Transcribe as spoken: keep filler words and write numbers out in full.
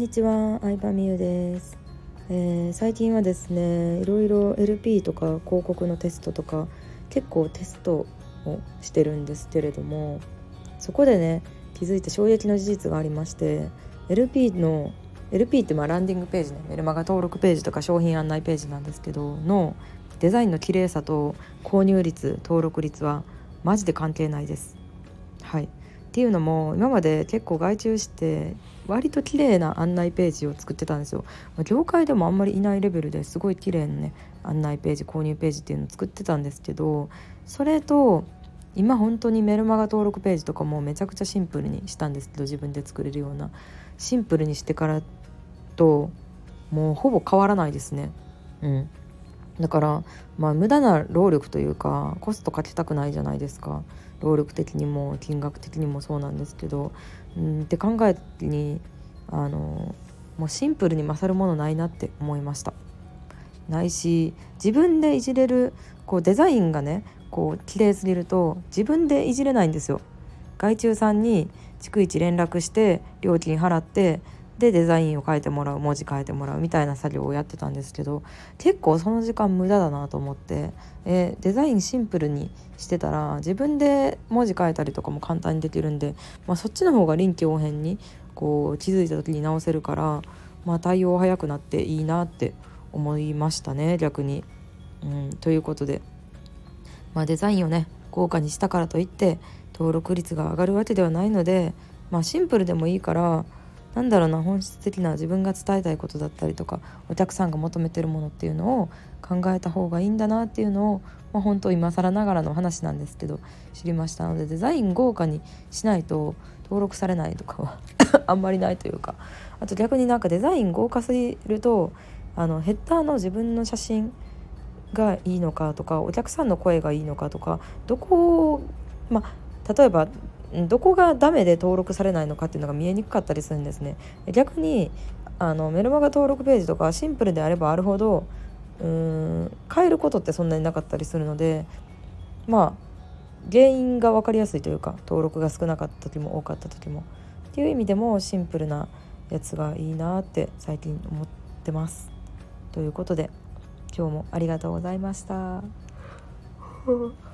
にちは、相葉美優です、えー、最近はですねいろいろ エルピー とか広告のテストとか結構テストをしてるんですけれども、そこでね気づいた衝撃の事実がありまして、 エルピー の エルピー ってまあランディングページね、メルマガ登録ページとか商品案内ページなんですけどのデザインの綺麗さと購入率登録率はマジで関係ないです。はい、っていうのも今まで結構外注して割と綺麗な案内ページを作ってたんですよ。業界でもあんまりいないレベルですごい綺麗なね案内ページ購入ページっていうのを作ってたんですけど、それと今本当にメルマガ登録ページとかもめちゃくちゃシンプルにしたんですけど、自分で作れるようなシンプルにしてからともうほぼ変わらないですね。うんだからまあ無駄な労力というかコストかけたくないじゃないですか。労力的にも金額的にもそうなんですけど、うんって考えにあのもうシンプルに勝るものないなって思いました。ないし自分でいじれるこうデザインがねこう綺麗すぎると自分でいじれないんですよ。外注さんに逐一連絡して料金払ってでデザインを変えてもらう、文字変えてもらうみたいな作業をやってたんですけど、結構その時間無駄だなと思って、えデザインシンプルにしてたら自分で文字変えたりとかも簡単にできるんで、まあ、そっちの方が臨機応変にこう気づいた時に直せるから、まあ、対応早くなっていいなって思いましたね、逆に。うん、ということで、まあ、デザインをね豪華にしたからといって登録率が上がるわけではないので、まあ、シンプルでもいいからなんだろうな本質的な自分が伝えたいことだったりとかお客さんが求めてるものっていうのを考えた方がいいんだなっていうのを、まあ、本当今更ながらの話なんですけど知りましたので、デザイン豪華にしないと登録されないとかはあんまりないというか、あと逆になんかデザイン豪華すぎるとあのヘッダーの自分の写真がいいのかとかお客さんの声がいいのかとか、どこをまあ例えばどこがダメで登録されないのかっていうのが見えにくかったりするんですね。逆にあのメルマガ登録ページとかシンプルであればあるほどうーん変えることってそんなになかったりするので、まあ原因が分かりやすいというか、登録が少なかった時も多かった時もっていう意味でもシンプルなやつがいいなって最近思ってます。ということで今日もありがとうございました。